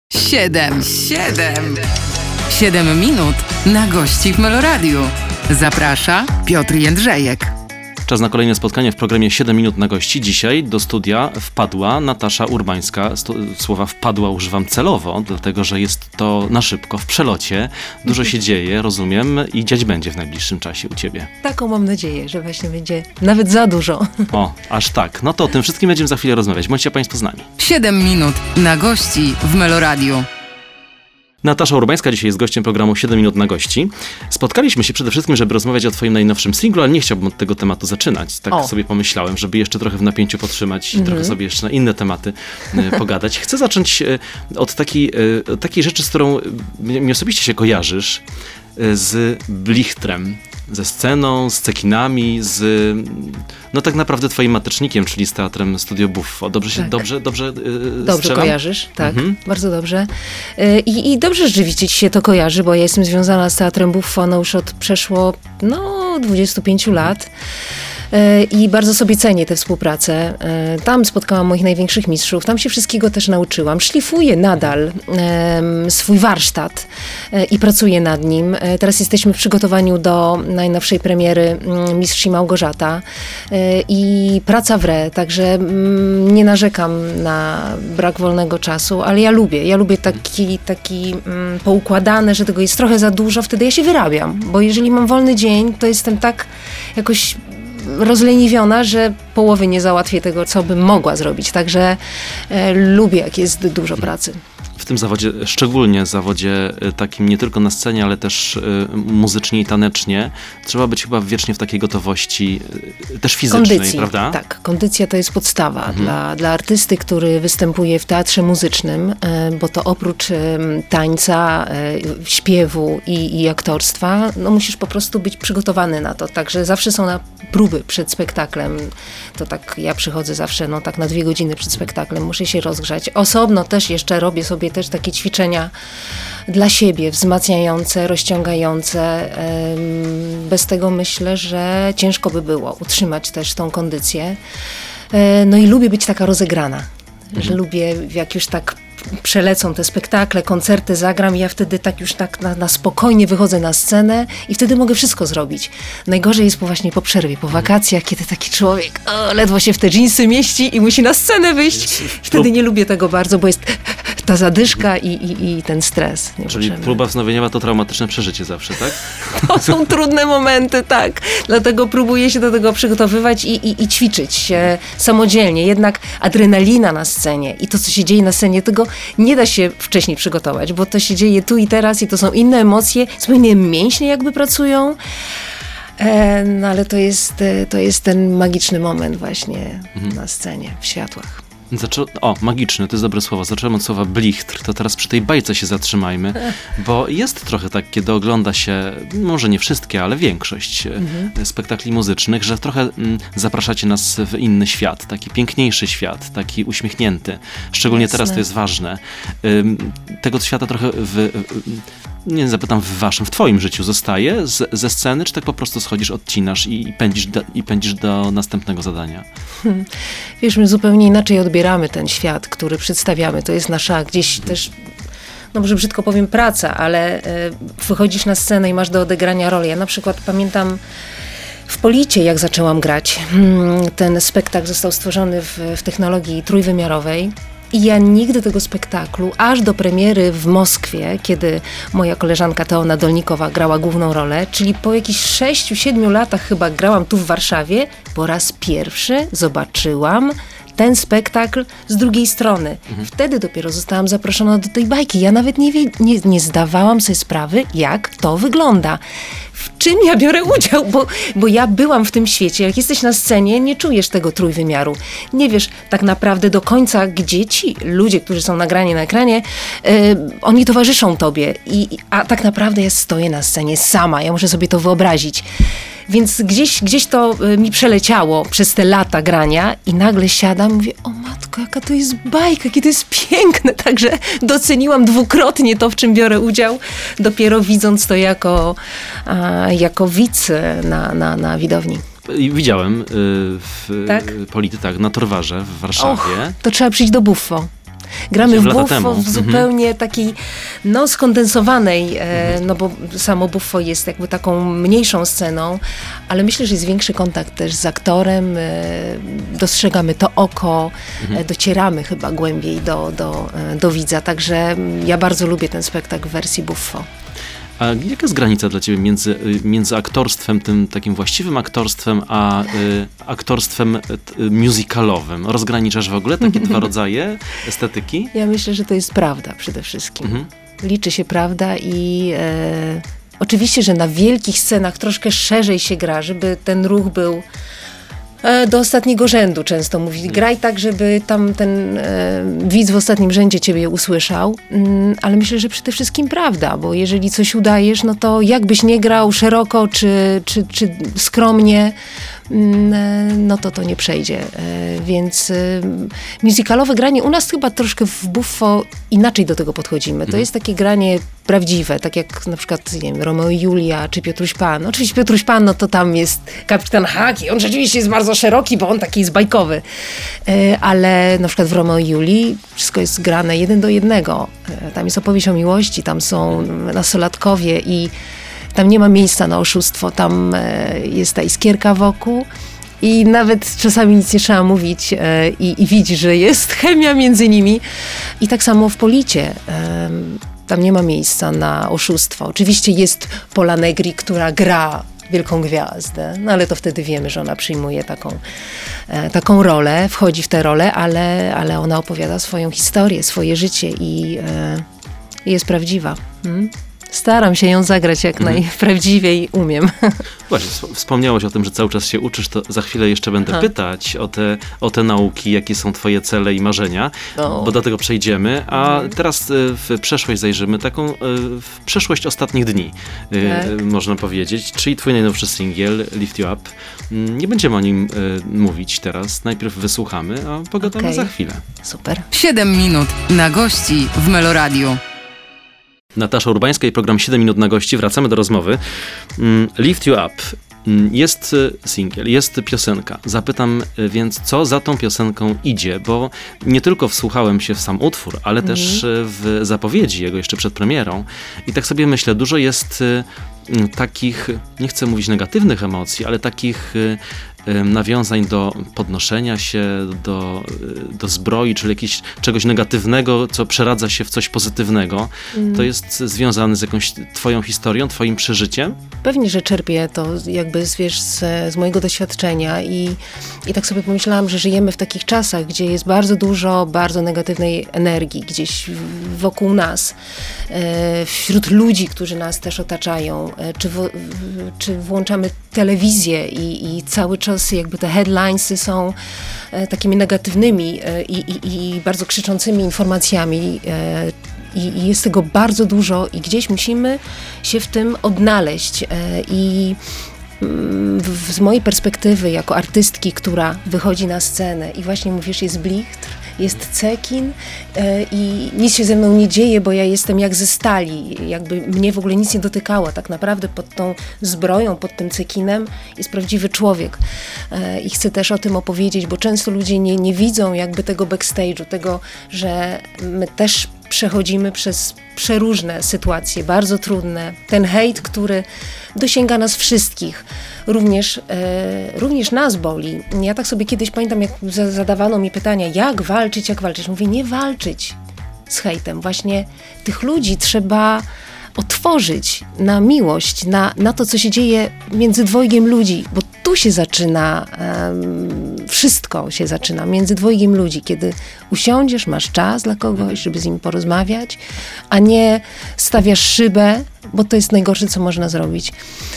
7 minut na gości w Meloradiu. Zaprasza Piotr Jędrzejek. Czas na kolejne spotkanie w programie 7 minut na gości. Dzisiaj do studia wpadła Natasza Urbańska. Słowa wpadła używam celowo, dlatego że jest to na szybko, w przelocie. Dużo się dzieje, rozumiem, i dziać będzie w najbliższym czasie u ciebie. Taką mam nadzieję, że właśnie będzie nawet za dużo. O, aż tak. No to o tym wszystkim będziemy za chwilę rozmawiać. Bądźcie Państwo z nami. 7 minut na gości w Meloradiu. Natasza Urbańska dzisiaj jest gościem programu 7 minut na gości. Spotkaliśmy się przede wszystkim, żeby rozmawiać o twoim najnowszym singlu, ale nie chciałbym od tego tematu zaczynać. Tak sobie pomyślałem, żeby jeszcze trochę w napięciu podtrzymać i trochę sobie jeszcze na inne tematy pogadać. Chcę zacząć od takiej rzeczy, z którą mi osobiście się kojarzysz, z Blichtrem. Ze sceną, z cekinami, no tak naprawdę twoim matecznikiem, czyli z teatrem Studio Buffo. Dobrze Dobrze kojarzysz, tak, bardzo dobrze. I dobrze rzeczywiście ci się to kojarzy, bo ja jestem związana z teatrem Buffo już od przeszło 25 lat. I bardzo sobie cenię tę współpracę. Tam spotkałam moich największych mistrzów, tam się wszystkiego też nauczyłam. Szlifuję nadal swój warsztat i pracuję nad nim. Teraz jesteśmy w przygotowaniu do najnowszej premiery Mistrz i Małgorzata i praca wre, także nie narzekam na brak wolnego czasu, ale ja lubię taki poukładane, że tego jest trochę za dużo, wtedy ja się wyrabiam, bo jeżeli mam wolny dzień, to jestem tak jakoś rozleniwiona, że połowy nie załatwię tego, co bym mogła zrobić. Także lubię, jak jest dużo pracy. W tym zawodzie, szczególnie zawodzie takim nie tylko na scenie, ale też muzycznie i tanecznie, trzeba być chyba wiecznie w takiej gotowości też fizycznej, kondycji, prawda? Tak, kondycja to jest podstawa dla artysty, który występuje w teatrze muzycznym, bo to oprócz tańca, śpiewu i aktorstwa, musisz po prostu być przygotowany na to. Także zawsze są na próby przed spektaklem. To tak, ja przychodzę zawsze tak na 2 godziny przed spektaklem, muszę się rozgrzać. Osobno też jeszcze robię sobie też takie ćwiczenia dla siebie, wzmacniające, rozciągające. Bez tego myślę, że ciężko by było utrzymać też tą kondycję. No i lubię być taka rozegrana. Że lubię, jak już tak przelecą te spektakle, koncerty, zagram i ja wtedy tak już na spokojnie wychodzę na scenę i wtedy mogę wszystko zrobić. Najgorzej jest właśnie po przerwie, po wakacjach, kiedy taki człowiek ledwo się w te dżinsy mieści i musi na scenę wyjść. Wtedy nie lubię tego bardzo, bo jest ta zadyszka i ten stres. Czyli próba wznowieniowa to traumatyczne przeżycie zawsze, tak? To są trudne momenty, tak. Dlatego próbuję się do tego przygotowywać i ćwiczyć się samodzielnie. Jednak adrenalina na scenie i to, co się dzieje na scenie, tego nie da się wcześniej przygotować, bo to się dzieje tu i teraz i to są inne emocje, są inne mięśnie jakby pracują. No ale to jest ten magiczny moment właśnie na scenie, w światłach. Magiczny, to jest dobre słowo. Zacząłem od słowa blichtr, to teraz przy tej bajce się zatrzymajmy, bo jest trochę tak, kiedy ogląda się, może nie wszystkie, ale większość spektakli muzycznych, że trochę zapraszacie nas w inny świat, taki piękniejszy świat, taki uśmiechnięty. Szczególnie teraz to jest ważne. Tego świata trochę nie zapytam w twoim życiu zostaje ze sceny, czy tak po prostu schodzisz, odcinasz i pędzisz do następnego zadania? Wiesz, my zupełnie inaczej odbieramy ten świat, który przedstawiamy. To jest nasza gdzieś też, może brzydko powiem, praca, ale wychodzisz na scenę i masz do odegrania rolę. Ja na przykład pamiętam w Policie, jak zaczęłam grać. Ten spektakl został stworzony w technologii trójwymiarowej. I ja nigdy tego spektaklu, aż do premiery w Moskwie, kiedy moja koleżanka Teona Dolnikowa grała główną rolę, czyli po jakichś 6-7 latach chyba grałam tu w Warszawie, po raz pierwszy zobaczyłam ten spektakl z drugiej strony. Wtedy dopiero zostałam zaproszona do tej bajki. Ja nawet nie zdawałam sobie sprawy, jak to wygląda. W czym ja biorę udział, bo ja byłam w tym świecie. Jak jesteś na scenie, nie czujesz tego trójwymiaru. Nie wiesz tak naprawdę do końca, gdzie ci ludzie, którzy są nagrani na ekranie, oni towarzyszą tobie. A tak naprawdę ja stoję na scenie sama. Ja muszę sobie to wyobrazić. Więc gdzieś to mi przeleciało przez te lata grania i nagle siadam i mówię, o matko, jaka to jest bajka, jakie to jest piękne. Także doceniłam dwukrotnie to, w czym biorę udział, dopiero widząc to jako widz na widowni. Widziałem w Polity, na Torwarze w Warszawie. To trzeba przyjść do Buffo. Gramy w lata buffo temu. w zupełnie takiej, no skondensowanej, no bo samo buffo jest jakby taką mniejszą sceną, ale myślę, że jest większy kontakt też z aktorem, dostrzegamy to oko, docieramy chyba głębiej do widza, także ja bardzo lubię ten spektakl w wersji buffo. A jaka jest granica dla ciebie między aktorstwem, tym takim właściwym aktorstwem, a aktorstwem musicalowym? Rozgraniczasz w ogóle takie dwa rodzaje estetyki? Ja myślę, że to jest prawda przede wszystkim. Liczy się prawda i oczywiście, że na wielkich scenach troszkę szerzej się gra, żeby ten ruch był do ostatniego rzędu, często mówi. Graj tak, żeby tam ten widz w ostatnim rzędzie ciebie usłyszał, ale myślę, że przede wszystkim prawda, bo jeżeli coś udajesz, no to jakbyś nie grał szeroko czy skromnie, no to nie przejdzie. Więc musicalowe granie, u nas chyba troszkę w buffo inaczej do tego podchodzimy. To jest takie granie prawdziwe, tak jak na przykład, nie wiem, Romeo i Julia, czy Piotruś Pan. Oczywiście Piotruś Pan, no to tam jest kapitan Hak i on rzeczywiście jest bardzo szeroki, bo on taki jest bajkowy. Ale na przykład w Romeo i Julii wszystko jest grane 1:1. Tam jest opowieść o miłości, tam są nastolatkowie i tam nie ma miejsca na oszustwo, tam jest ta iskierka wokół i nawet czasami nic nie trzeba mówić i widzisz, że jest chemia między nimi. I tak samo w Policie. Tam nie ma miejsca na oszustwo. Oczywiście jest Pola Negri, która gra wielką gwiazdę, no ale to wtedy wiemy, że ona przyjmuje taką rolę, wchodzi w tę rolę, ale ona opowiada swoją historię, swoje życie i jest prawdziwa. Staram się ją zagrać jak najprawdziwiej umiem. Właśnie, wspomniałaś o tym, że cały czas się uczysz, to za chwilę jeszcze będę pytać o te nauki, jakie są twoje cele i marzenia, bo do tego przejdziemy, a teraz w przeszłość zajrzymy, taką w przeszłość ostatnich dni, można powiedzieć, czyli twój najnowszy singiel, Lift You Up. Nie będziemy o nim mówić teraz, najpierw wysłuchamy, a pogadamy za chwilę. Super. 7 minut na gości w Meloradiu. Natasza Urbańska i program 7 minut na gości. Wracamy do rozmowy. Lift You Up. Jest singiel, jest piosenka. Zapytam więc, co za tą piosenką idzie, bo nie tylko wsłuchałem się w sam utwór, ale też w zapowiedzi jego jeszcze przed premierą. I tak sobie myślę, dużo jest takich, nie chcę mówić negatywnych emocji, ale takich nawiązań do podnoszenia się, do zbroi, czyli czegoś negatywnego, co przeradza się w coś pozytywnego. To jest związane z jakąś twoją historią, twoim przeżyciem? Pewnie, że czerpię to jakby z mojego doświadczenia i tak sobie pomyślałam, że żyjemy w takich czasach, gdzie jest bardzo dużo bardzo negatywnej energii gdzieś wokół nas, wśród ludzi, którzy nas też otaczają, czy włączamy telewizję i cały czas jakby te headlinesy są takimi negatywnymi i bardzo krzyczącymi informacjami i jest tego bardzo dużo i gdzieś musimy się w tym odnaleźć i z mojej perspektywy jako artystki, która wychodzi na scenę i właśnie mówisz, jest blichtr, jest cekin i nic się ze mną nie dzieje, bo ja jestem jak ze stali, jakby mnie w ogóle nic nie dotykało. Tak naprawdę pod tą zbroją, pod tym cekinem jest prawdziwy człowiek. I chcę też o tym opowiedzieć, bo często ludzie nie widzą jakby tego backstage'u, tego, że my też przechodzimy przez przeróżne sytuacje, bardzo trudne. Ten hejt, który dosięga nas wszystkich, również nas boli. Ja tak sobie kiedyś pamiętam, jak zadawano mi pytania, jak walczyć? Mówię, nie walczyć z hejtem. Właśnie tych ludzi trzeba otworzyć na miłość, na to, co się dzieje między dwojgiem ludzi, bo tu się zaczyna, wszystko się zaczyna między dwojgiem ludzi, kiedy usiądziesz, masz czas dla kogoś, żeby z nim porozmawiać, a nie stawiasz szybę, bo to jest najgorsze, co można zrobić.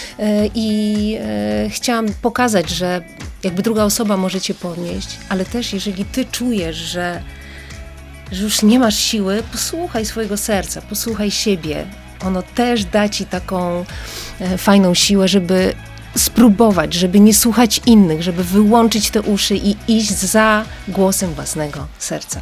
I chciałam pokazać, że jakby druga osoba może cię podnieść, ale też jeżeli ty czujesz, że już nie masz siły, posłuchaj swojego serca, posłuchaj siebie. Ono też da ci taką fajną siłę, żeby spróbować, żeby nie słuchać innych, żeby wyłączyć te uszy i iść za głosem własnego serca.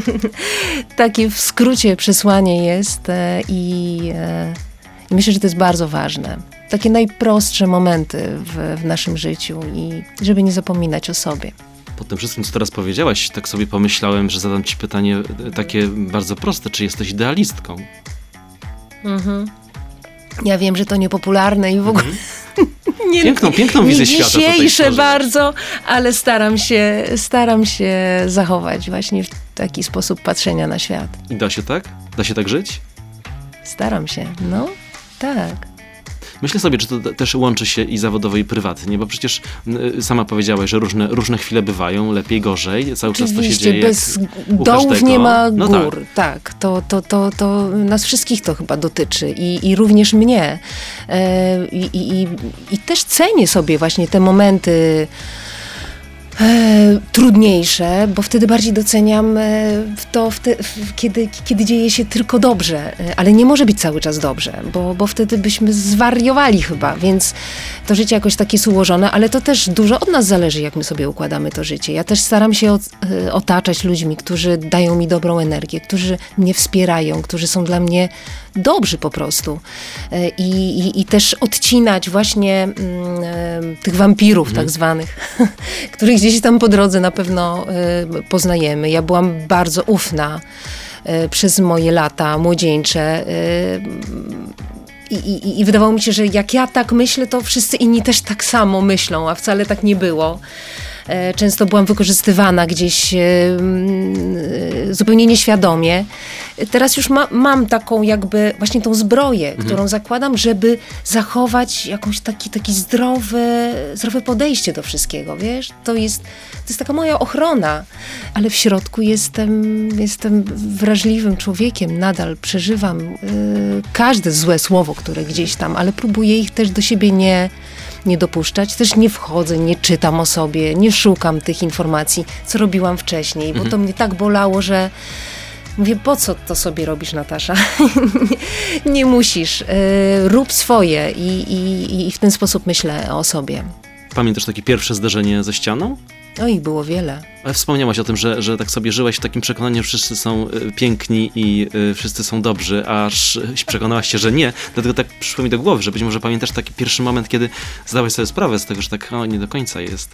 Takie w skrócie przesłanie jest i myślę, że to jest bardzo ważne. Takie najprostsze momenty w naszym życiu i żeby nie zapominać o sobie. Po tym wszystkim, co teraz powiedziałaś, tak sobie pomyślałem, że zadam ci pytanie takie bardzo proste. Czy jesteś idealistką? Ja wiem, że to niepopularne i w ogóle... Piękną wizję świata tutaj dzisiejsze stworzyłeś. bardzo, ale staram się zachować właśnie w taki sposób patrzenia na świat. I da się tak? Da się tak żyć? Staram się, no tak. Myślę sobie, czy to też łączy się i zawodowo, i prywatnie, bo przecież sama powiedziałaś, że różne chwile bywają, lepiej, gorzej, cały czas to się dzieje bez u dołów każdego. nie ma No gór. Tak, to nas wszystkich to chyba dotyczy i również mnie. I też cenię sobie właśnie te momenty trudniejsze, bo wtedy bardziej doceniam kiedy dzieje się tylko dobrze, ale nie może być cały czas dobrze, bo wtedy byśmy zwariowali chyba, więc to życie jakoś takie jest ułożone, ale to też dużo od nas zależy, jak my sobie układamy to życie. Ja też staram się otaczać ludźmi, którzy dają mi dobrą energię, którzy mnie wspierają, którzy są dla mnie dobrzy po prostu. I też odcinać właśnie tych wampirów tak zwanych, których gdzieś tam po drodze na pewno poznajemy. Ja byłam bardzo ufna przez moje lata młodzieńcze i wydawało mi się, że jak ja tak myślę, to wszyscy inni też tak samo myślą, a wcale tak nie było. Często byłam wykorzystywana gdzieś zupełnie nieświadomie. Teraz już mam taką jakby właśnie tą zbroję, którą zakładam, żeby zachować jakąś takie zdrowe podejście do wszystkiego, wiesz? To jest taka moja ochrona, ale w środku jestem wrażliwym człowiekiem, nadal przeżywam każde złe słowo, które gdzieś tam, ale próbuję ich też do siebie nie dopuszczać. Też nie wchodzę, nie czytam o sobie, nie szukam tych informacji, co robiłam wcześniej, bo to mnie tak bolało, że mówię, po co to sobie robisz, Natasza? Nie musisz. Rób swoje i w ten sposób myślę o sobie. Pamiętasz takie pierwsze zderzenie ze ścianą? No i było wiele. Ale wspomniałaś o tym, że tak sobie żyłaś w takim przekonaniu, że wszyscy są piękni i wszyscy są dobrzy, aż przekonałaś się, że nie. Dlatego tak przyszło mi do głowy, że być może pamiętasz taki pierwszy moment, kiedy zdałaś sobie sprawę z tego, że tak nie do końca jest.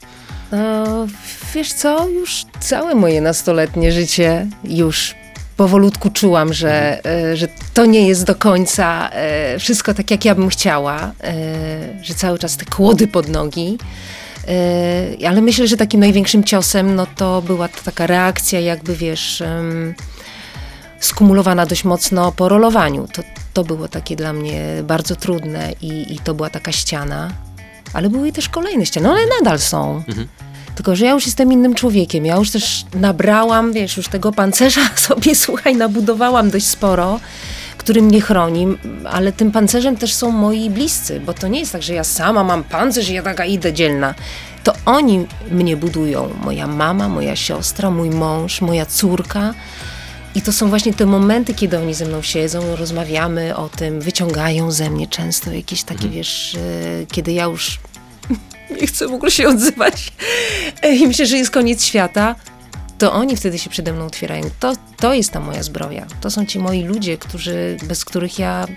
Wiesz co, już całe moje nastoletnie życie już powolutku czułam, że to nie jest do końca wszystko tak, jak ja bym chciała, że cały czas te kłody pod nogi. Ale myślę, że takim największym ciosem to była to taka reakcja jakby, wiesz, skumulowana dość mocno po rolowaniu. To było takie dla mnie bardzo trudne i to była taka ściana. Ale były też kolejne ściany, ale nadal są. Tylko że ja już jestem innym człowiekiem. Ja już też nabrałam, wiesz, już tego pancerza sobie, słuchaj, nabudowałam dość sporo, który mnie chroni, ale tym pancerzem też są moi bliscy, bo to nie jest tak, że ja sama mam pancerz i ja taka idę dzielna. To oni mnie budują. Moja mama, moja siostra, mój mąż, moja córka. I to są właśnie te momenty, kiedy oni ze mną siedzą, rozmawiamy o tym, wyciągają ze mnie często jakieś takie, wiesz, kiedy ja już nie chcę w ogóle się odzywać i myślę, że jest koniec świata, to oni wtedy się przede mną otwierają. To jest ta moja zbroja. To są ci moi ludzie, bez których ja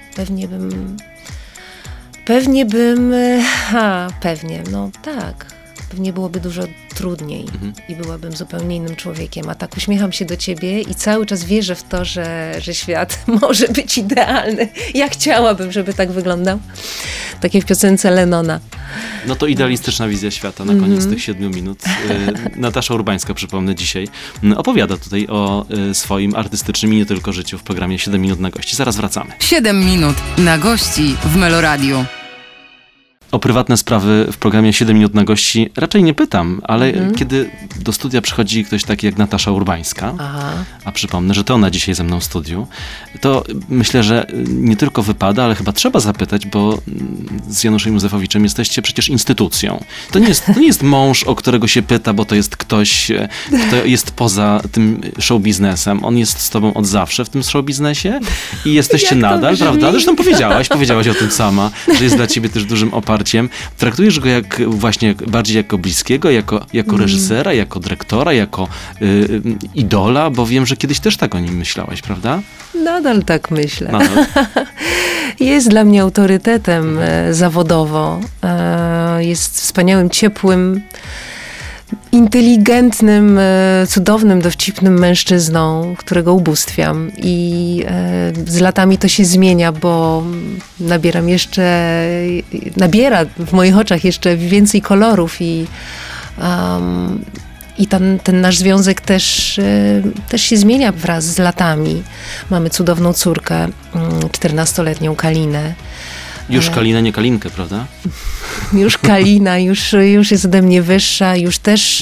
pewnie byłoby dużo trudniej i byłabym zupełnie innym człowiekiem. A tak uśmiecham się do ciebie i cały czas wierzę w to, że świat może być idealny. Ja chciałabym, żeby tak wyglądał. Takie w piosence Lennona. No to idealistyczna wizja świata na koniec tych 7 minut. Natasza Urbańska, przypomnę, dzisiaj opowiada tutaj o swoim artystycznym i nie tylko życiu w programie 7 minut na gości. Zaraz wracamy. 7 minut na gości w Meloradiu. O prywatne sprawy w programie 7 minut na gości raczej nie pytam, ale kiedy do studia przychodzi ktoś taki jak Natasza Urbańska, a przypomnę, że to ona dzisiaj ze mną w studiu, to myślę, że nie tylko wypada, ale chyba trzeba zapytać, bo z Januszem Józefowiczem jesteście przecież instytucją. To nie jest mąż, o którego się pyta, bo to jest ktoś, kto jest poza tym show biznesem. On jest z tobą od zawsze w tym show biznesie i jesteście nadal, prawda? Zresztą powiedziałaś o tym sama, że jest dla ciebie też dużym oparciem. Traktujesz go bardziej jako bliskiego, jako reżysera, jako dyrektora, jako idola, bo wiem, że kiedyś też tak o nim myślałaś, prawda? Nadal tak myślę. Jest dla mnie autorytetem zawodowo. Jest wspaniałym, ciepłym inteligentnym, cudownym, dowcipnym mężczyzną, którego ubóstwiam. I z latami to się zmienia, bo nabiera w moich oczach jeszcze więcej kolorów i ten nasz związek też się zmienia wraz z latami. Mamy cudowną córkę, 14-letnią Kalinę. Już Kalina, nie Kalinkę, prawda? Już Kalina, już jest ode mnie wyższa, już też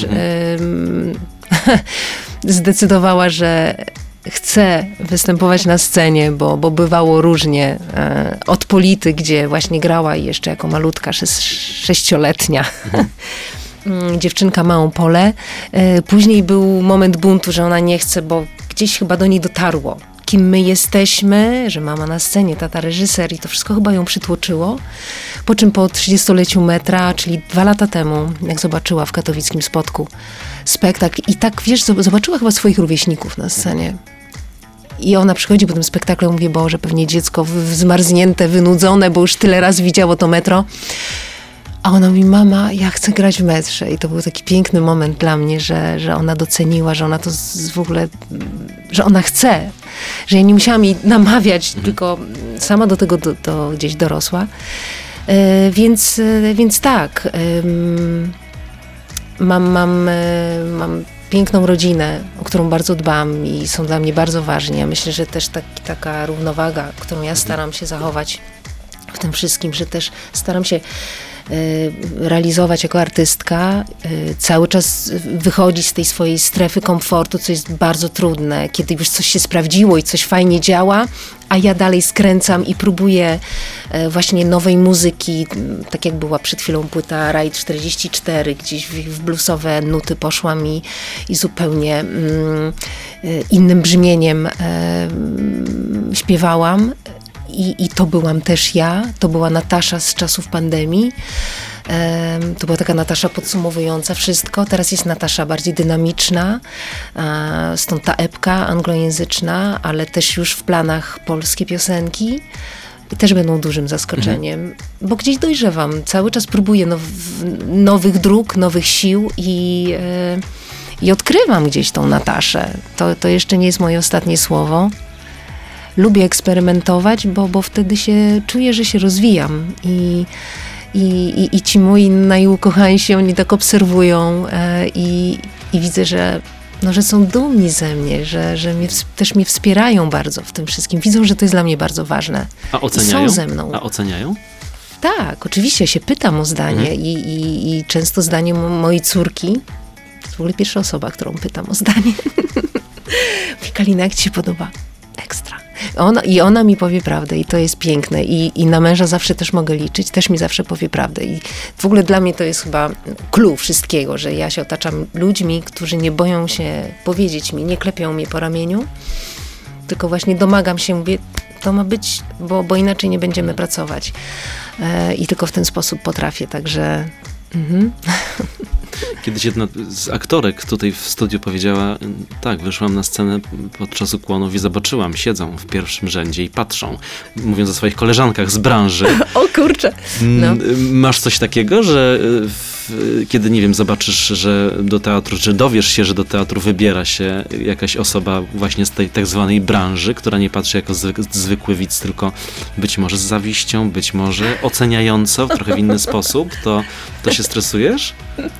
zdecydowała, że chce występować na scenie, bo bywało różnie. Od Polity, gdzie właśnie grała jeszcze jako malutka, 6-letnia. Dziewczynka Małą Pole. Później był moment buntu, że ona nie chce, bo gdzieś chyba do niej dotarło, kim my jesteśmy, że mama na scenie, tata reżyser i to wszystko chyba ją przytłoczyło. Po czym po 30-leciu Metra, czyli 2 lata temu, jak zobaczyła w katowickim Spodku spektakl i tak, wiesz, zobaczyła chyba swoich rówieśników na scenie. I ona przychodzi po tym spektaklu i mówi, Boże, pewnie dziecko zmarznięte, wynudzone, bo już tyle razy widziało to Metro. A ona mówi, mama, ja chcę grać w Metrze. I to był taki piękny moment dla mnie, że ona doceniła, że ona to w ogóle, że ona chce. Że ja nie musiałam jej namawiać, tylko sama do tego gdzieś dorosła. Więc tak, mam piękną rodzinę, o którą bardzo dbam i są dla mnie bardzo ważni. Ja myślę, że też taka równowaga, którą ja staram się zachować w tym wszystkim, że też staram się realizować jako artystka, cały czas wychodzić z tej swojej strefy komfortu, co jest bardzo trudne, kiedy już coś się sprawdziło i coś fajnie działa, a ja dalej skręcam i próbuję właśnie nowej muzyki, tak jak była przed chwilą płyta Raj 44, gdzieś w bluesowe nuty poszłam i zupełnie innym brzmieniem śpiewałam. I to byłam też ja, to była Natasza z czasów pandemii. To była taka Natasza podsumowująca wszystko. Teraz jest Natasza bardziej dynamiczna, stąd ta epka anglojęzyczna, ale też już w planach polskie piosenki. Też będą dużym zaskoczeniem, bo gdzieś dojrzewam. Cały czas próbuję nowych dróg, nowych sił i odkrywam gdzieś tą Nataszę. To jeszcze nie jest moje ostatnie słowo. Lubię eksperymentować, bo wtedy się czuję, że się rozwijam i ci moi najukochańsi, oni tak obserwują i widzę, że są dumni ze mnie, że też mnie wspierają bardzo w tym wszystkim. Widzą, że to jest dla mnie bardzo ważne. A oceniają? I są ze mną. A oceniają? Tak, oczywiście się pytam o zdanie i często zdanie mojej córki, to w ogóle pierwsza osoba, którą pytam o zdanie. Mówi, Kalina, jak ci się podoba? Ekstra. Ona mi powie prawdę i to jest piękne i na męża zawsze też mogę liczyć, też mi zawsze powie prawdę i w ogóle dla mnie to jest chyba clue wszystkiego, że ja się otaczam ludźmi, którzy nie boją się powiedzieć mi, nie klepią mnie po ramieniu, tylko właśnie domagam się, mówię, to ma być, bo inaczej nie będziemy pracować i tylko w ten sposób potrafię, także... Kiedyś jedna z aktorek tutaj w studiu powiedziała, tak, wyszłam na scenę podczas ukłonów i zobaczyłam, siedzą w pierwszym rzędzie i patrzą, mówiąc o swoich koleżankach z branży. O kurczę! No. Masz coś takiego, że kiedy, nie wiem, zobaczysz, że do teatru, czy dowiesz się, że do teatru wybiera się jakaś osoba właśnie z tej tak zwanej branży, która nie patrzy jako zwykły widz, tylko być może z zawiścią, być może oceniająco, w trochę inny sposób, to się stresujesz?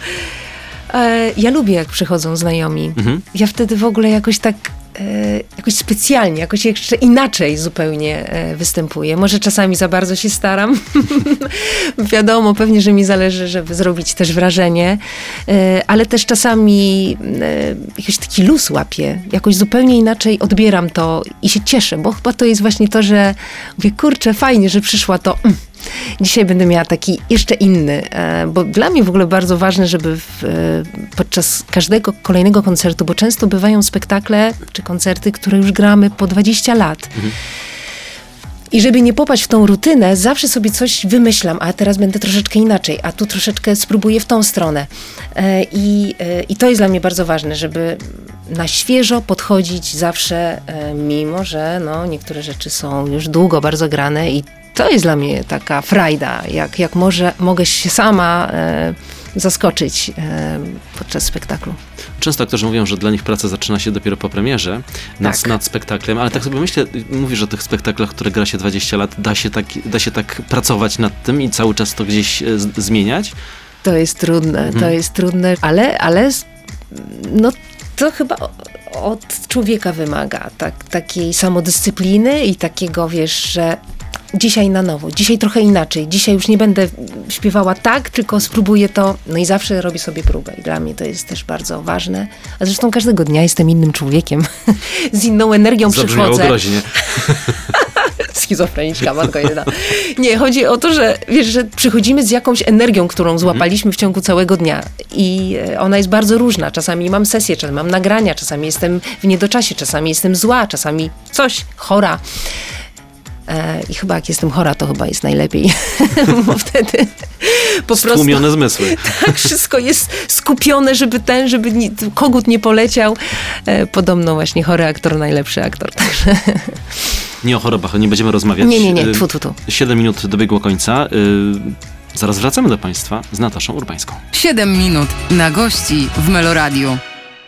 Ja lubię, jak przychodzą znajomi. Ja wtedy w ogóle jakoś tak, jakoś specjalnie, jakoś jeszcze inaczej zupełnie występuję. Może czasami za bardzo się staram. Wiadomo, pewnie, że mi zależy, żeby zrobić też wrażenie, ale też czasami jakiś taki luz łapię. Jakoś zupełnie inaczej odbieram to i się cieszę, bo chyba to jest właśnie to, że mówię, kurczę, fajnie, że przyszła to... Dzisiaj będę miała taki jeszcze inny, bo dla mnie w ogóle bardzo ważne, żeby podczas każdego kolejnego koncertu, bo często bywają spektakle czy koncerty, które już gramy po 20 lat. I żeby nie popaść w tą rutynę, zawsze sobie coś wymyślam, a teraz będę troszeczkę inaczej, a tu troszeczkę spróbuję w tą stronę. I to jest dla mnie bardzo ważne, żeby na świeżo podchodzić zawsze, mimo że niektóre rzeczy są już długo bardzo grane i to jest dla mnie taka frajda, jak mogę się sama zaskoczyć podczas spektaklu. Często aktorzy mówią, że dla nich praca zaczyna się dopiero po premierze nad spektaklem, ale tak sobie myślę, mówisz o tych spektaklach, które gra się 20 lat, da się tak pracować nad tym i cały czas to gdzieś zmieniać? To jest trudne, ale no to chyba od człowieka wymaga takiej samodyscypliny i takiego, wiesz, że dzisiaj na nowo, dzisiaj trochę inaczej, dzisiaj już nie będę śpiewała tak, tylko spróbuję to, no i zawsze robię sobie próbę i dla mnie to jest też bardzo ważne, a zresztą każdego dnia jestem innym człowiekiem, z inną energią przychodzę. Groźnie. Schizofreniczka, matko jedna. Nie, chodzi o to, że wiesz, że przychodzimy z jakąś energią, którą złapaliśmy w ciągu całego dnia i ona jest bardzo różna. Czasami mam sesję, czasami mam nagrania, czasami jestem w niedoczasie, czasami jestem zła, czasami coś, chora. I chyba jak jestem chora, to chyba jest najlepiej, bo wtedy po prostu... Stłumione zmysły. Tak, wszystko jest skupione, żeby kogut nie poleciał. Podobno właśnie chory aktor, najlepszy aktor. Także... Nie o chorobach, nie będziemy rozmawiać. Nie. 7 minut dobiegło końca. Zaraz wracamy do Państwa z Nataszą Urbańską. 7 minut na gości w Meloradiu.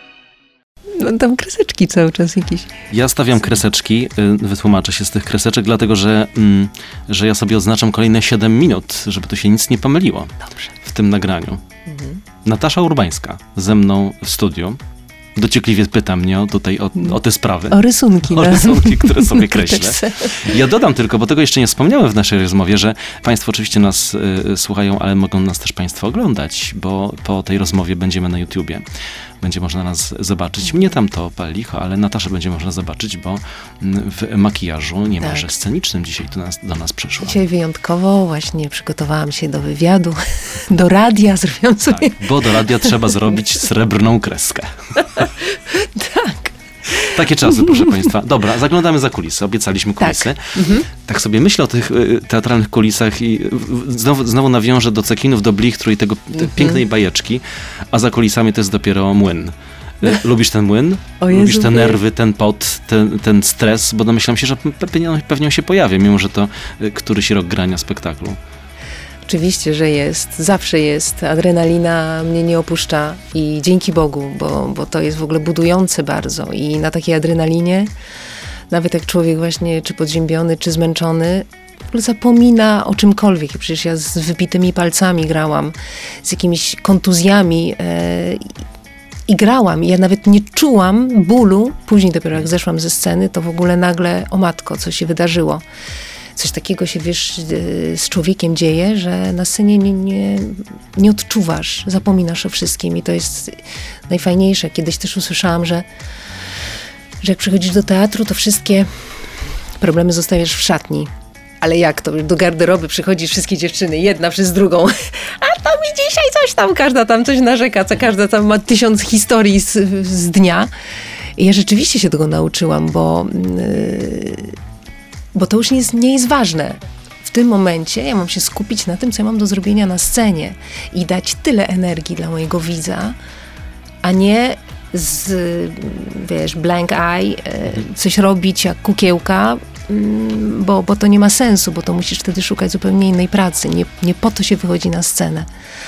No, tam kreseczki cały czas jakieś. Ja stawiam kreseczki, wytłumaczę się z tych kreseczek, dlatego że ja sobie oznaczam kolejne 7 minut, żeby tu się nic nie pomyliło. Dobrze. W tym nagraniu. Natasza Urbańska ze mną w studiu. Dociekliwie pyta mnie o te sprawy. O rysunki. O rysunki, które sobie kreślę. Ja dodam tylko, bo tego jeszcze nie wspomniałem w naszej rozmowie, że Państwo oczywiście nas słuchają, ale mogą nas też Państwo oglądać, bo po tej rozmowie będziemy na YouTubie. Będzie można nas zobaczyć. Mnie tam to licho, ale Nataszę będzie można zobaczyć, bo w makijażu niemalże scenicznym dzisiaj do nas przyszła. Dzisiaj wyjątkowo właśnie przygotowałam się do wywiadu, do radia, zrobiłam sobie... Tak, bo do radia trzeba zrobić srebrną kreskę. Tak. Takie czasy, proszę Państwa. Dobra, zaglądamy za kulisy. Obiecaliśmy kulisy. Tak sobie myślę o tych teatralnych kulisach i znowu nawiążę do cekinów, do blichtru i tej pięknej bajeczki, a za kulisami to jest dopiero młyn. Lubisz ten młyn? Lubisz te nerwy, ten pot, ten stres? Bo domyślam się, że pewnie on się pojawia, mimo że to któryś rok grania spektaklu. Oczywiście, że jest. Zawsze jest. Adrenalina mnie nie opuszcza i dzięki Bogu, bo to jest w ogóle budujące bardzo. I na takiej adrenalinie, nawet jak człowiek właśnie czy podziębiony, czy zmęczony, w ogóle zapomina o czymkolwiek. Przecież ja z wypitymi palcami grałam, z jakimiś kontuzjami i grałam. I ja nawet nie czułam bólu. Później dopiero jak zeszłam ze sceny, to w ogóle nagle, o matko, co się wydarzyło. Coś takiego się, wiesz, z człowiekiem dzieje, że na scenie nie odczuwasz, zapominasz o wszystkim i to jest najfajniejsze. Kiedyś też usłyszałam, że jak przychodzisz do teatru, to wszystkie problemy zostawiasz w szatni. Ale jak to? Do garderoby przychodzisz wszystkie dziewczyny, jedna przez drugą. A to mi dzisiaj coś tam, każda tam coś narzeka, każda tam ma 1000 historii z dnia. I ja rzeczywiście się tego nauczyłam, bo to już nie jest ważne. W tym momencie ja mam się skupić na tym, co ja mam do zrobienia na scenie i dać tyle energii dla mojego widza, a nie blank eye, coś robić jak kukiełka, bo to nie ma sensu, bo to musisz wtedy szukać zupełnie innej pracy. Nie po to się wychodzi na scenę.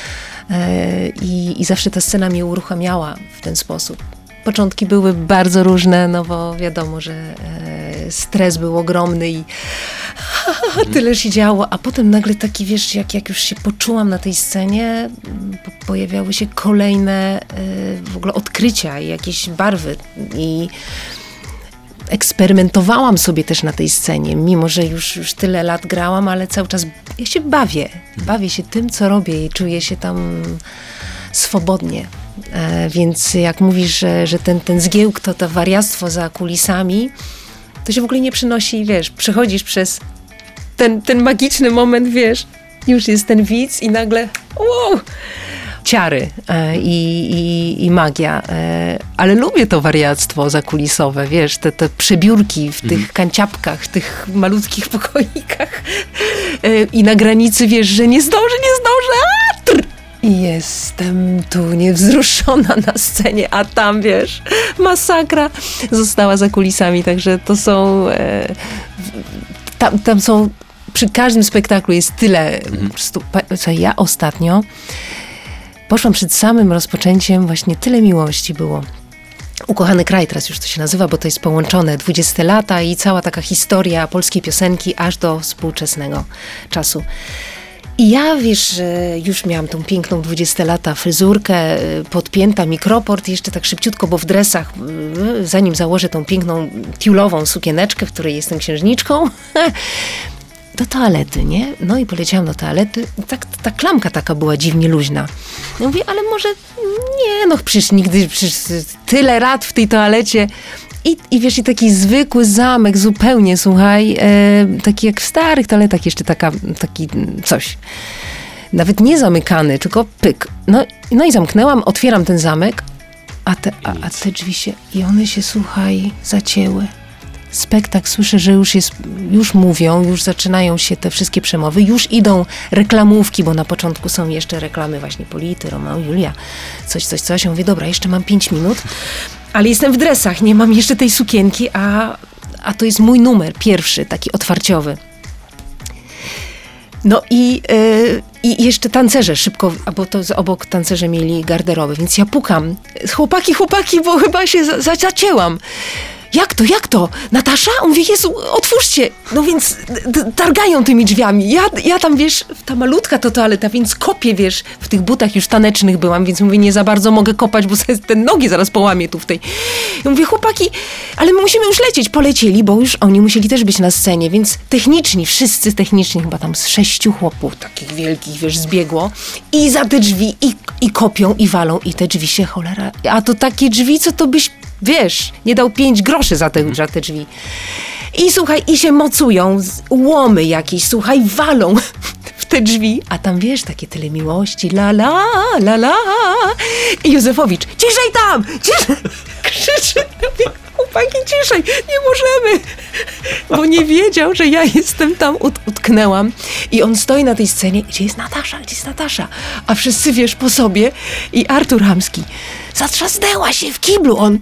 I zawsze ta scena mnie uruchamiała w ten sposób. Początki były bardzo różne, no bo wiadomo, że stres był ogromny i tyle się działo, a potem nagle taki, wiesz, jak już się poczułam na tej scenie, pojawiały się kolejne w ogóle odkrycia i jakieś barwy i eksperymentowałam sobie też na tej scenie, mimo że już tyle lat grałam, ale cały czas ja się bawię. Bawię się tym, co robię i czuję się tam swobodnie. Więc jak mówisz, że ten zgiełk, to wariactwo za kulisami, to się w ogóle nie przynosi, wiesz, przechodzisz przez ten magiczny moment, wiesz, już jest ten widz i nagle wow, ciary i magia. Ale lubię to wariactwo zakulisowe, wiesz, te przebiórki w tych kanciapkach, w tych malutkich pokoikach i na granicy, wiesz, że nie zdążę, I jestem tu niewzruszona na scenie, a tam, wiesz, masakra została za kulisami, także to są, tam są, przy każdym spektaklu jest tyle, po prostu, co ja ostatnio poszłam przed samym rozpoczęciem, właśnie tyle miłości było. Ukochany kraj, teraz już to się nazywa, bo to jest połączone 20 lata i cała taka historia polskiej piosenki aż do współczesnego czasu. I ja, wiesz, już miałam tą piękną 20 lata fryzurkę, podpięta, mikroport, jeszcze tak szybciutko, bo w dresach, zanim założę tą piękną tiulową sukieneczkę, w której jestem księżniczką, do toalety, nie? No i poleciałam do toalety. Tak, ta klamka taka była dziwnie luźna. Ja mówię, ale może nie, no przecież nigdy, tyle lat w tej toalecie. I wiesz, i taki zwykły zamek zupełnie, słuchaj, taki jak w starych toaletach, jeszcze taki coś. Nawet nie zamykany, tylko pyk. No i zamknęłam, otwieram ten zamek, a te drzwi się, i one się, słuchaj, zacięły. Spektakl, słyszę, że już mówią, już zaczynają się te wszystkie przemowy, już idą reklamówki, bo na początku są jeszcze reklamy właśnie Polity, Romeo, Julia, coś. Ja mówię, dobra, jeszcze mam 5 minut, ale jestem w dresach, nie mam jeszcze tej sukienki, a to jest mój numer pierwszy, taki otwarciowy. No i jeszcze tancerze szybko, bo to obok tancerze mieli garderobę, więc ja pukam. Chłopaki, bo chyba się zacięłam. Jak to? Natasza? On mówi, Jezu, otwórzcie! No więc targają tymi drzwiami. Ja tam, wiesz, ta malutka to toaleta, więc kopię, wiesz, w tych butach już tanecznych byłam, więc mówię, nie za bardzo mogę kopać, bo sobie te nogi zaraz połamię tu w tej. Ja mówię, chłopaki, ale my musimy już lecieć. Polecieli, bo już oni musieli też być na scenie, więc wszyscy techniczni, chyba tam z 6 chłopów takich wielkich, wiesz, zbiegło i za te drzwi i kopią i walą i te drzwi się, cholera. A to takie drzwi, co to byś, wiesz, nie dał 5 groszy za te drzwi. I słuchaj, i się mocują, łomy jakieś, słuchaj, walą w te drzwi, a tam, wiesz, takie tyle miłości, la la, la la. I Józefowicz, ciszej tam, ciszej, krzyczy, chłopaki, ciszej, nie możemy, bo nie wiedział, że ja jestem tam, utknęłam i on stoi na tej scenie, gdzie jest Natasza, a wszyscy, wiesz, po sobie i Artur Hamski, zatrzasnęła się w kiblu, on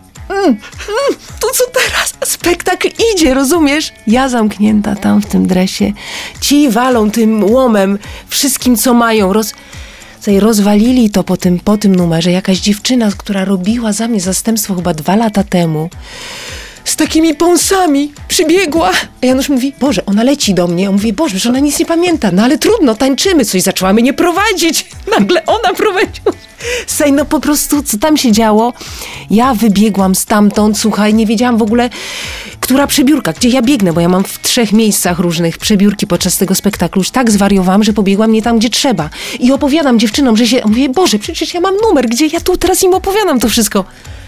to co teraz? Spektakl idzie, rozumiesz? Ja zamknięta tam w tym dresie, ci walą tym łomem wszystkim, co mają, rozwalili to po tym numerze. Jakaś dziewczyna, która robiła za mnie zastępstwo chyba 2 lata temu, z takimi pąsami przybiegła. A Janusz mówi, Boże, ona leci do mnie. On mówi, Boże, że ona nic nie pamięta. No ale trudno, tańczymy. Coś zaczęła mnie prowadzić. Nagle ona prowadziła. Sej, no po prostu, co tam się działo? Ja wybiegłam stamtąd, słuchaj, nie wiedziałam w ogóle, która przebiórka, gdzie ja biegnę, bo ja mam w 3 miejscach różnych przebiórki podczas tego spektaklu. Już tak zwariowałam, że pobiegłam nie tam, gdzie trzeba. I opowiadam dziewczynom, że się... Mówię, Boże, przecież ja mam numer, gdzie ja tu teraz im opowiadam to wszystko.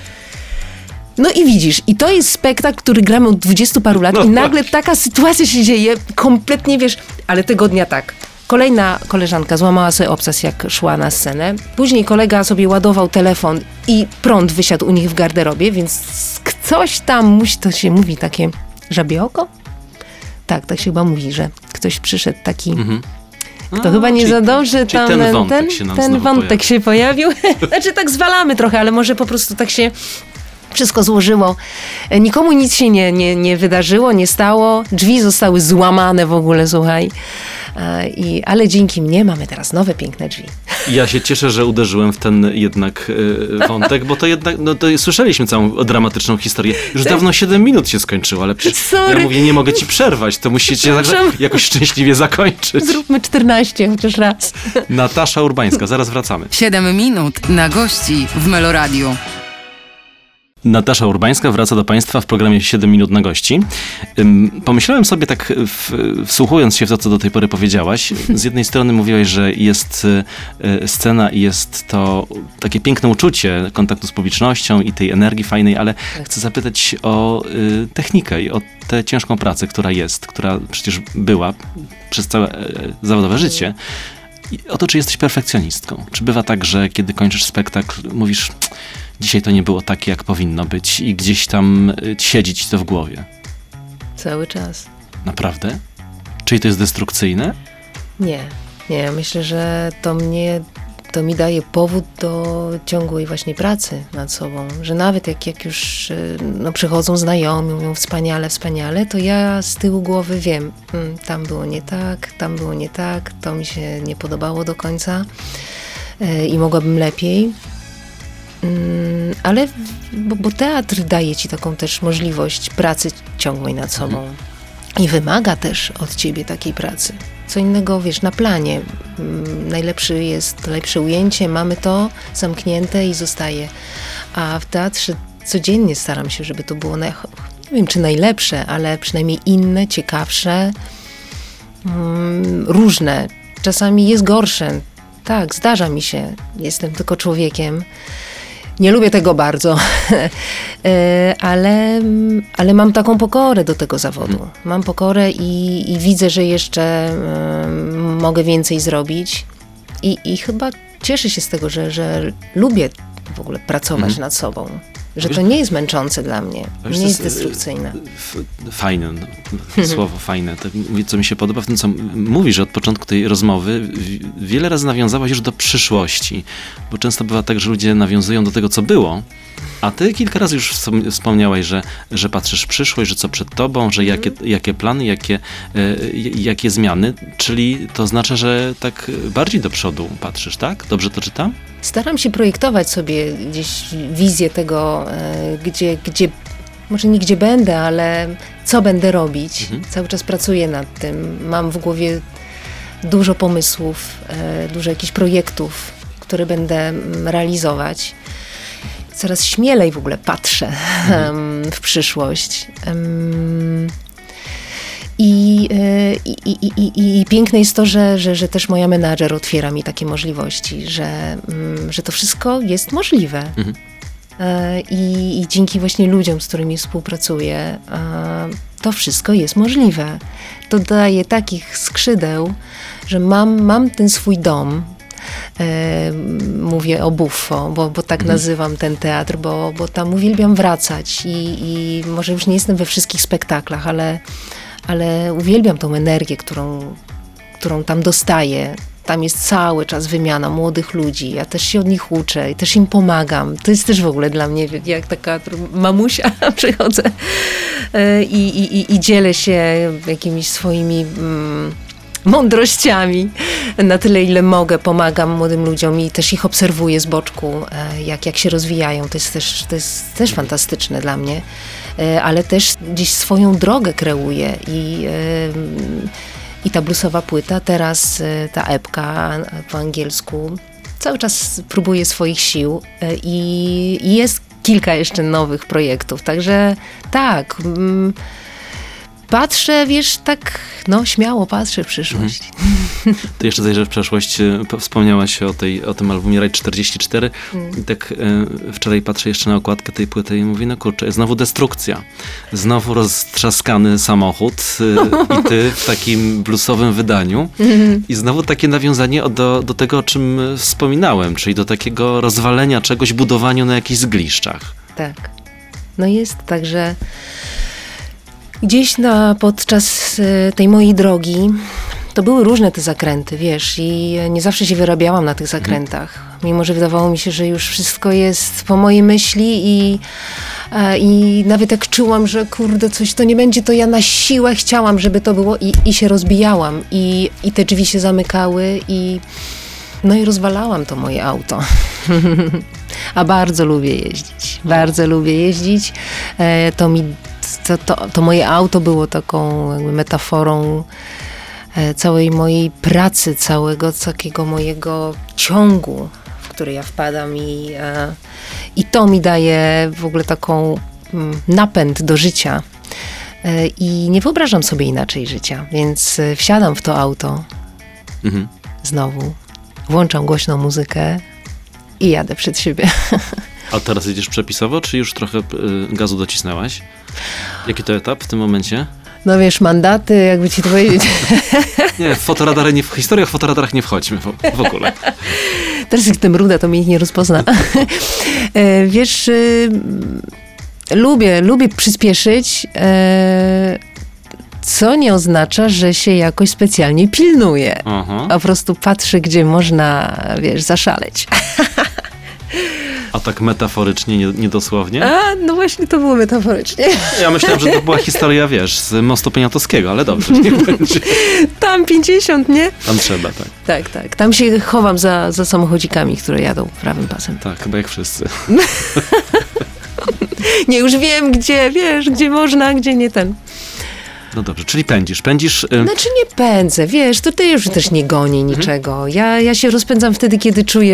No i widzisz, i to jest spektakl, który gramy od 20 paru lat i nagle taka sytuacja się dzieje, kompletnie, wiesz, ale tego dnia tak. Kolejna koleżanka złamała sobie obcas, jak szła na scenę. Później kolega sobie ładował telefon i prąd wysiadł u nich w garderobie, więc ktoś tam, to się mówi takie żabie oko? Tak się chyba mówi, że ktoś przyszedł taki... Kto chyba nie za dobrze tam ten wątek się pojawił. Znaczy tak zwalamy trochę, ale może po prostu tak się wszystko złożyło. Nikomu nic się nie wydarzyło, nie stało. Drzwi zostały złamane w ogóle, słuchaj. Ale dzięki mnie mamy teraz nowe, piękne drzwi. Ja się cieszę, że uderzyłem w ten jednak wątek, bo to jednak, to słyszeliśmy całą dramatyczną historię. Już dawno 7 minut się skończyło, ale przecież ja mówię, nie mogę ci przerwać, to musicie jakoś szczęśliwie zakończyć. Zróbmy 14 chociaż raz. Natasza Urbańska, zaraz wracamy. 7 minut na gości w Meloradiu. Natasza Urbańska wraca do Państwa w programie 7 minut na gości. Pomyślałem sobie tak, wsłuchując się w to, co do tej pory powiedziałaś, z jednej strony mówiłaś, że jest scena i jest to takie piękne uczucie kontaktu z publicznością i tej energii fajnej, ale chcę zapytać o technikę i o tę ciężką pracę, która przecież była przez całe zawodowe życie. I o to, czy jesteś perfekcjonistką. Czy bywa tak, że kiedy kończysz spektakl, mówisz... Dzisiaj to nie było takie, jak powinno być i gdzieś tam siedzi ci to w głowie. Cały czas. Naprawdę? Czyli to jest destrukcyjne? Nie. Myślę, że to mi daje powód do ciągłej właśnie pracy nad sobą. Że nawet jak już przychodzą znajomi, mówią wspaniale, to ja z tyłu głowy wiem, tam było nie tak, to mi się nie podobało do końca. i mogłabym lepiej. Ale bo teatr daje ci taką też możliwość pracy ciągłej nad sobą i wymaga też od ciebie takiej pracy. Co innego, wiesz, na planie. Najlepsze ujęcie, mamy to zamknięte i zostaje. A w teatrze codziennie staram się, żeby to było, nie wiem czy najlepsze, ale przynajmniej inne, ciekawsze, różne. Czasami jest gorsze. Tak, zdarza mi się. Jestem tylko człowiekiem. Nie lubię tego bardzo, ale mam taką pokorę do tego zawodu. Mam pokorę i widzę, że jeszcze mogę więcej zrobić. I chyba cieszę się z tego, że lubię w ogóle pracować nad sobą. Że to nie jest męczące dla mnie, nie jest destrukcyjne. Fajne, słowo fajne. To, co mi się podoba w tym, co mówisz, że od początku tej rozmowy wiele razy nawiązałaś już do przyszłości, bo często bywa tak, że ludzie nawiązują do tego, co było, a ty kilka razy już wspomniałaś, że patrzysz w przyszłość, że co przed tobą, że jakie plany, jakie zmiany, czyli to oznacza, że tak bardziej do przodu patrzysz, tak? Dobrze to czytam? Staram się projektować sobie gdzieś wizję tego, gdzie może nie gdzie będę, ale co będę robić. Cały czas pracuję nad tym. Mam w głowie dużo pomysłów, dużo jakichś projektów, które będę realizować. Coraz śmielej w ogóle patrzę w przyszłość. I piękne jest to, że też moja menadżer otwiera mi takie możliwości, że to wszystko jest możliwe. I dzięki właśnie ludziom, z którymi współpracuję, to wszystko jest możliwe. To daje takich skrzydeł, że mam ten swój dom. Mówię o Buffo, bo tak nazywam ten teatr, bo tam uwielbiam wracać i może już nie jestem we wszystkich spektaklach, ale uwielbiam tą energię, którą tam dostaję. Tam jest cały czas wymiana młodych ludzi. Ja też się od nich uczę i też im pomagam. To jest też w ogóle dla mnie jak taka mamusia. Przychodzę i dzielę się jakimiś swoimi mądrościami. Na tyle, ile mogę, pomagam młodym ludziom i też ich obserwuję z boczku, jak się rozwijają. To jest też fantastyczne dla mnie. Ale też gdzieś swoją drogę kreuję i ta bluesowa płyta, teraz ta epka po angielsku, cały czas próbuję swoich sił i jest kilka jeszcze nowych projektów, także tak, patrzę, wiesz, tak, śmiało patrzę w przyszłość. Ty jeszcze zajrzę w przeszłość, wspomniałaś o tym albumie Ride 44 i tak wczoraj patrzę jeszcze na okładkę tej płyty i mówię, no kurczę, znowu destrukcja. Znowu roztrzaskany samochód i ty w takim bluesowym wydaniu i znowu takie nawiązanie do tego, o czym wspominałem, czyli do takiego rozwalenia czegoś, budowaniu na jakichś zgliszczach. Tak. No jest tak, że gdzieś podczas tej mojej drogi to były różne te zakręty, wiesz, i nie zawsze się wyrabiałam na tych zakrętach. Mimo że wydawało mi się, że już wszystko jest po mojej myśli i nawet jak czułam, że kurde, coś to nie będzie, to ja na siłę chciałam, żeby to było i się rozbijałam i te drzwi się zamykały i rozwalałam to moje auto. A bardzo lubię jeździć. Bardzo lubię jeździć. To moje auto było taką jakby metaforą całej mojej pracy, całego takiego mojego ciągu, w który ja wpadam i to mi daje w ogóle taką napęd do życia. I nie wyobrażam sobie inaczej życia, więc wsiadam w to auto znowu, włączam głośną muzykę i jadę przed siebie. A teraz jedziesz przepisowo, czy już trochę gazu docisnęłaś? Jaki to etap w tym momencie? No wiesz, mandaty, jakby ci to powiedzieć. Nie, w historiach o fotoradarach nie wchodźmy w ogóle. Teraz jak jestem ruda, to mnie ich nie rozpozna. Wiesz, lubię przyspieszyć, co nie oznacza, że się jakoś specjalnie pilnuję. A po prostu patrzę, gdzie można, wiesz, zaszaleć. A tak metaforycznie, nie dosłownie? No właśnie to było metaforycznie. Ja myślałem, że to była historia, wiesz, z mostu Poniatowskiego, ale dobrze, niech będzie. Tam 50, nie? Tam trzeba, tak. Tak. Tam się chowam za samochodzikami, które jadą prawym pasem. Tak, chyba jak wszyscy. Nie, już wiem, gdzie można, gdzie nie ten. No dobrze, czyli pędzisz. Znaczy nie pędzę, wiesz, tutaj już też nie gonię niczego. Ja się rozpędzam wtedy, kiedy czuję,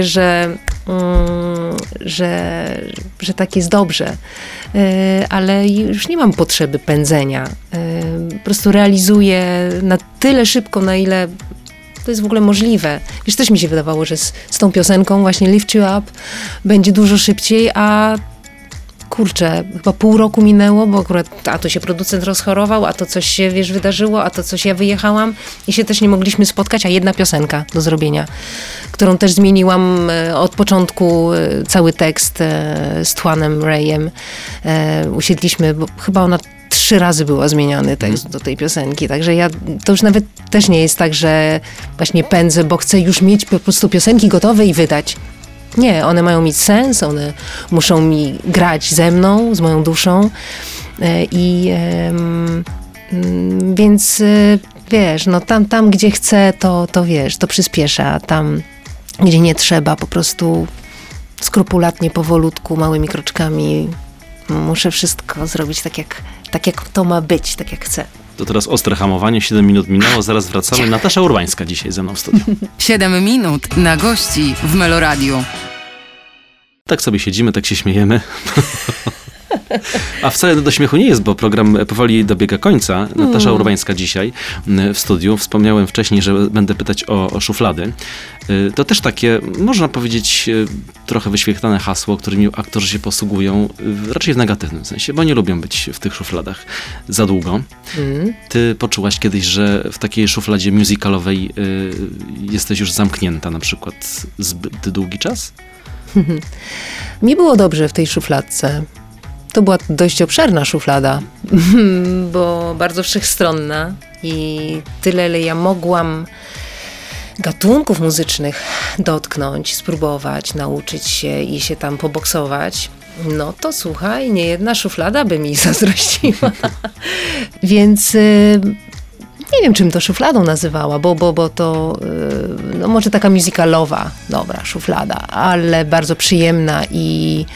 że tak jest dobrze. Ale już nie mam potrzeby pędzenia. Po prostu realizuję na tyle szybko, na ile to jest w ogóle możliwe. Wiesz, też mi się wydawało, że z tą piosenką właśnie Lift You Up będzie dużo szybciej, a kurczę, chyba pół roku minęło, bo akurat a to się producent rozchorował, a to coś się, wiesz, wydarzyło, a to coś ja wyjechałam i się też nie mogliśmy spotkać, a jedna piosenka do zrobienia, którą też zmieniłam od początku, cały tekst z Twanem Rayem. Usiedliśmy, bo chyba ona 3 razy była zmieniony tekst do tej piosenki, także to już nawet też nie jest tak, że właśnie pędzę, bo chcę już mieć po prostu piosenki gotowe i wydać. Nie, one mają mieć sens, one muszą mi grać ze mną, z moją duszą więc wiesz, no tam gdzie chcę, to wiesz, to przyspiesza, tam gdzie nie trzeba, po prostu skrupulatnie, powolutku, małymi kroczkami muszę wszystko zrobić tak jak to ma być, tak jak chcę. To teraz ostre hamowanie, 7 minut minęło, zaraz wracamy. Natasza Urbańska dzisiaj ze mną w studiu. 7 minut na gości w Meloradiu. Tak sobie siedzimy, tak się śmiejemy. A wcale do śmiechu nie jest, bo program powoli dobiega końca. Natasza Urbańska dzisiaj w studiu. Wspomniałem wcześniej, że będę pytać o szuflady. To też takie, można powiedzieć, trochę wyświetlane hasło, którymi aktorzy się posługują, raczej w negatywnym sensie, bo nie lubią być w tych szufladach za długo. Ty poczułaś kiedyś, że w takiej szufladzie musicalowej jesteś już zamknięta na przykład zbyt długi czas? Mi było dobrze w tej szufladce. To była dość obszerna szuflada, bo bardzo wszechstronna i tyle, ile ja mogłam gatunków muzycznych dotknąć, spróbować, nauczyć się i się tam poboksować, no to słuchaj, nie jedna szuflada by mi zazdrościła. Więc nie wiem, czym to szufladą nazywała, bo to no może taka musicalowa, dobra, szuflada, ale bardzo przyjemna i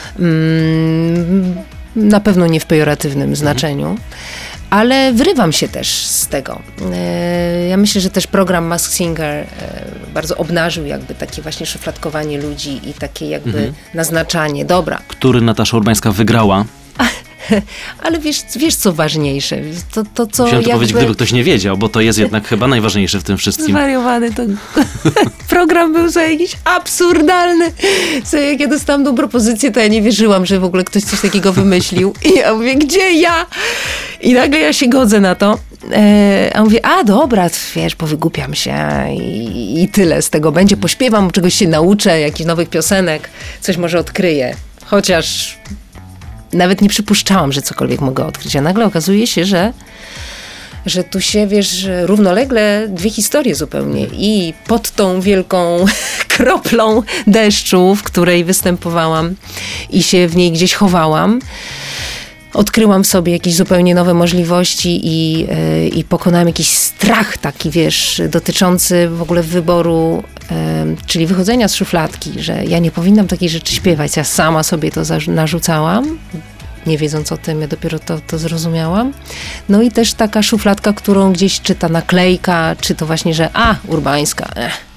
na pewno nie w pejoratywnym znaczeniu, ale wyrywam się też z tego. Ja myślę, że też program Masked Singer bardzo obnażył jakby takie właśnie szufladkowanie ludzi i takie jakby naznaczanie, dobra. Który Natasza Urbańska wygrała. Ale wiesz co ważniejsze? To co Musiałem to powiedzieć, gdyby ktoś nie wiedział, bo to jest jednak chyba najważniejsze w tym wszystkim. Zwariowany to program był za jakiś absurdalny. Jak ja dostałam tą propozycję, to ja nie wierzyłam, że w ogóle ktoś coś takiego wymyślił. I ja mówię, gdzie ja? I nagle ja się godzę na to. A mówię, a dobra, wiesz, powygłupiam się i tyle z tego będzie. Pośpiewam, czegoś się nauczę, jakichś nowych piosenek, coś może odkryję. Chociaż nawet nie przypuszczałam, że cokolwiek mogę odkryć. A nagle okazuje się, że tu się, wiesz, równolegle 2 historie zupełnie. I pod tą wielką kroplą deszczu, w której występowałam i się w niej gdzieś chowałam, odkryłam w sobie jakieś zupełnie nowe możliwości i pokonałam jakiś strach taki, wiesz, dotyczący w ogóle wyboru, czyli wychodzenia z szufladki, że ja nie powinnam takiej rzeczy śpiewać. Ja sama sobie to narzucałam, nie wiedząc o tym, ja dopiero to zrozumiałam. No i też taka szufladka, którą gdzieś czy ta naklejka, czy to właśnie, że Urbańska,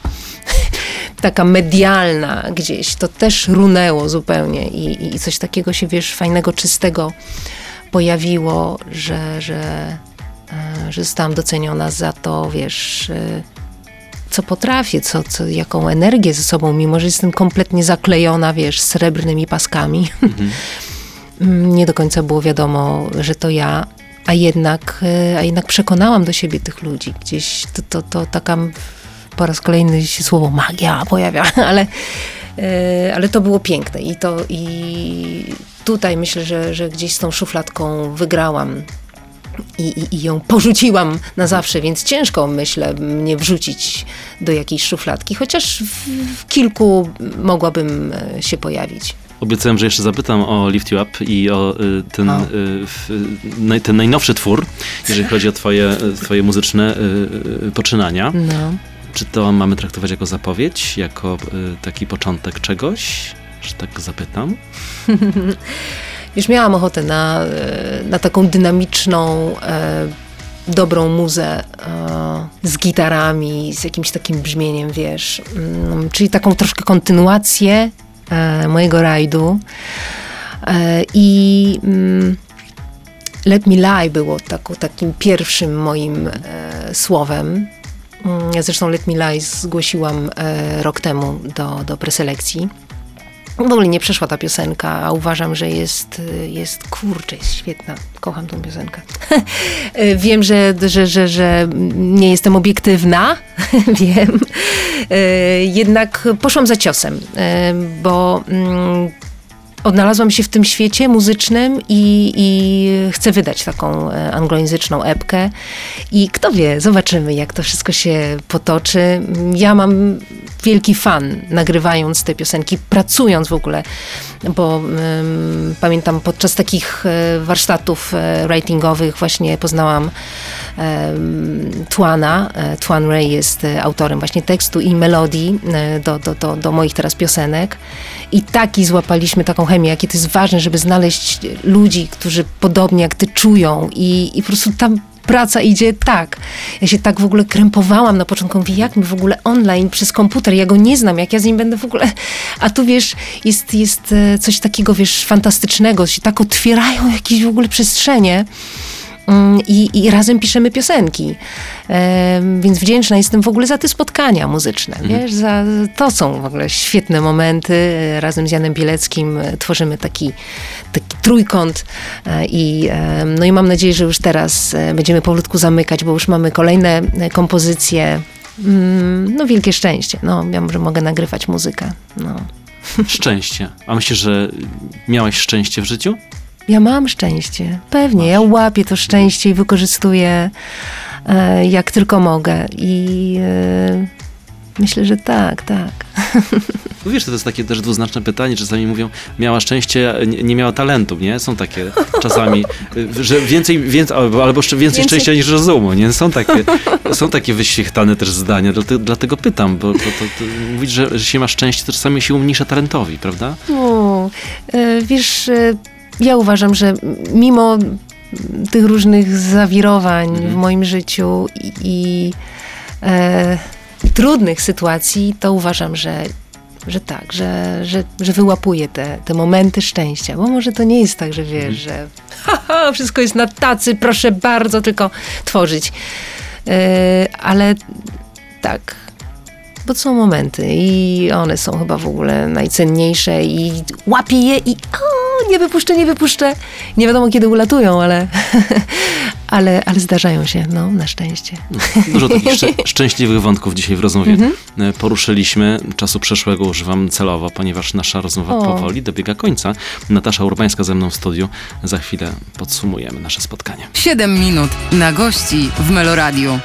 taka medialna gdzieś, to też runęło zupełnie i coś takiego się, wiesz, fajnego, czystego pojawiło, że zostałam doceniona za to, wiesz, co potrafię, jaką energię ze sobą, mimo że jestem kompletnie zaklejona, wiesz, srebrnymi paskami. Nie do końca było wiadomo, że to ja, a jednak przekonałam do siebie tych ludzi. Gdzieś to taka, po raz kolejny się słowo magia pojawia, ale to było piękne i tutaj myślę, że gdzieś z tą szufladką wygrałam i ją porzuciłam na zawsze, więc ciężko, myślę, mnie wrzucić do jakiejś szufladki, chociaż w kilku mogłabym się pojawić. Obiecałem, że jeszcze zapytam o Lift You Up i o ten najnowszy twór, jeżeli chodzi o twoje muzyczne poczynania. No. Czy to mamy traktować jako zapowiedź, jako taki początek czegoś? Że tak zapytam. Już miałam ochotę na taką dynamiczną, dobrą muzę z gitarami, z jakimś takim brzmieniem, wiesz. Czyli taką troszkę kontynuację mojego rajdu. I Let Me Lie było takim pierwszym moim słowem. Ja zresztą Let Me Lie zgłosiłam rok temu do preselekcji. W ogóle nie przeszła ta piosenka, a uważam, że jest świetna. Kocham tą piosenkę. Wiem, że nie jestem obiektywna, wiem. Jednak poszłam za ciosem, bo odnalazłam się w tym świecie muzycznym i chcę wydać taką anglojęzyczną epkę. I kto wie, zobaczymy, jak to wszystko się potoczy. Ja mam wielki fan, nagrywając te piosenki, pracując w ogóle, bo pamiętam podczas takich warsztatów writingowych właśnie poznałam Twana. Twan Ray jest autorem właśnie tekstu i melodii do moich teraz piosenek. I złapaliśmy taką chemię, jakie to jest ważne, żeby znaleźć ludzi, którzy podobnie jak ty czują i po prostu tam praca idzie tak. Ja się tak w ogóle krępowałam na początku. Mówię, jak my w ogóle online przez komputer, ja go nie znam, jak ja z nim będę w ogóle... A tu, wiesz, jest coś takiego, wiesz, fantastycznego, się tak otwierają jakieś w ogóle przestrzenie. I razem piszemy piosenki. Więc wdzięczna jestem w ogóle za te spotkania muzyczne. Wiesz, to są w ogóle świetne momenty. Razem z Janem Bieleckim tworzymy taki trójkąt i mam nadzieję, że już teraz będziemy powolutku zamykać, bo już mamy kolejne kompozycje. Wielkie szczęście. Ja może mogę nagrywać muzykę. Szczęście. A myślisz, że miałaś szczęście w życiu? Ja mam szczęście, pewnie. Ja łapię to szczęście i wykorzystuję jak tylko mogę. I myślę, że tak. Wiesz, to jest takie też dwuznaczne pytanie. Czasami mówią, miała szczęście, nie miała talentu, nie? Są takie czasami, że albo jeszcze więcej szczęścia niż rozumu, nie? Są takie wyświechtane też zdania, dlatego pytam, bo to mówić, że się ma szczęście, to czasami się umniejsza talentowi, prawda? Wiesz... Ja uważam, że mimo tych różnych zawirowań w moim życiu i trudnych sytuacji, to uważam, że tak, że wyłapuję te momenty szczęścia. Bo może to nie jest tak, że wiesz, że wszystko jest na tacy, proszę bardzo, tylko tworzyć. Ale tak, bo to są momenty i one są chyba w ogóle najcenniejsze i łapię je i nie wypuszczę. Nie wiadomo, kiedy ulatują, ale zdarzają się, na szczęście. Dużo takich szczęśliwych wątków dzisiaj w rozmowie poruszyliśmy. Czasu przeszłego używam celowo, ponieważ nasza rozmowa powoli dobiega końca. Natasza Urbańska ze mną w studiu. Za chwilę podsumujemy nasze spotkanie. 7 minut na gości w Meloradiu.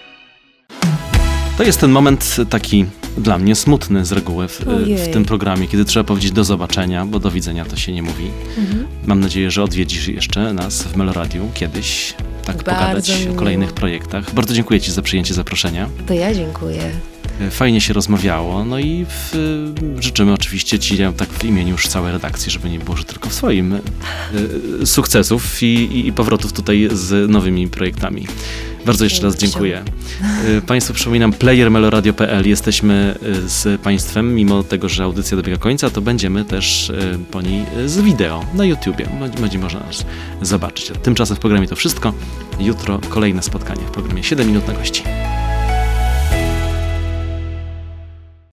To jest ten moment taki dla mnie smutny z reguły w tym programie, kiedy trzeba powiedzieć do zobaczenia, bo do widzenia to się nie mówi. Mam nadzieję, że odwiedzisz jeszcze nas w Meloradiu kiedyś, pogadać o kolejnych projektach. Bardzo dziękuję ci za przyjęcie zaproszenia. To ja dziękuję. Fajnie się rozmawiało, i życzymy oczywiście ci, tak w imieniu już całej redakcji, żeby nie było, że tylko w swoim sukcesów i powrotów tutaj z nowymi projektami. Bardzo jeszcze raz dziękuję. Państwu przypominam, playermeloradio.pl. Jesteśmy z Państwem, mimo tego, że audycja dobiega końca, to będziemy też po niej z wideo na YouTubie. Będzie można nas zobaczyć. Tymczasem w programie to wszystko. Jutro kolejne spotkanie w programie 7 minut na gości.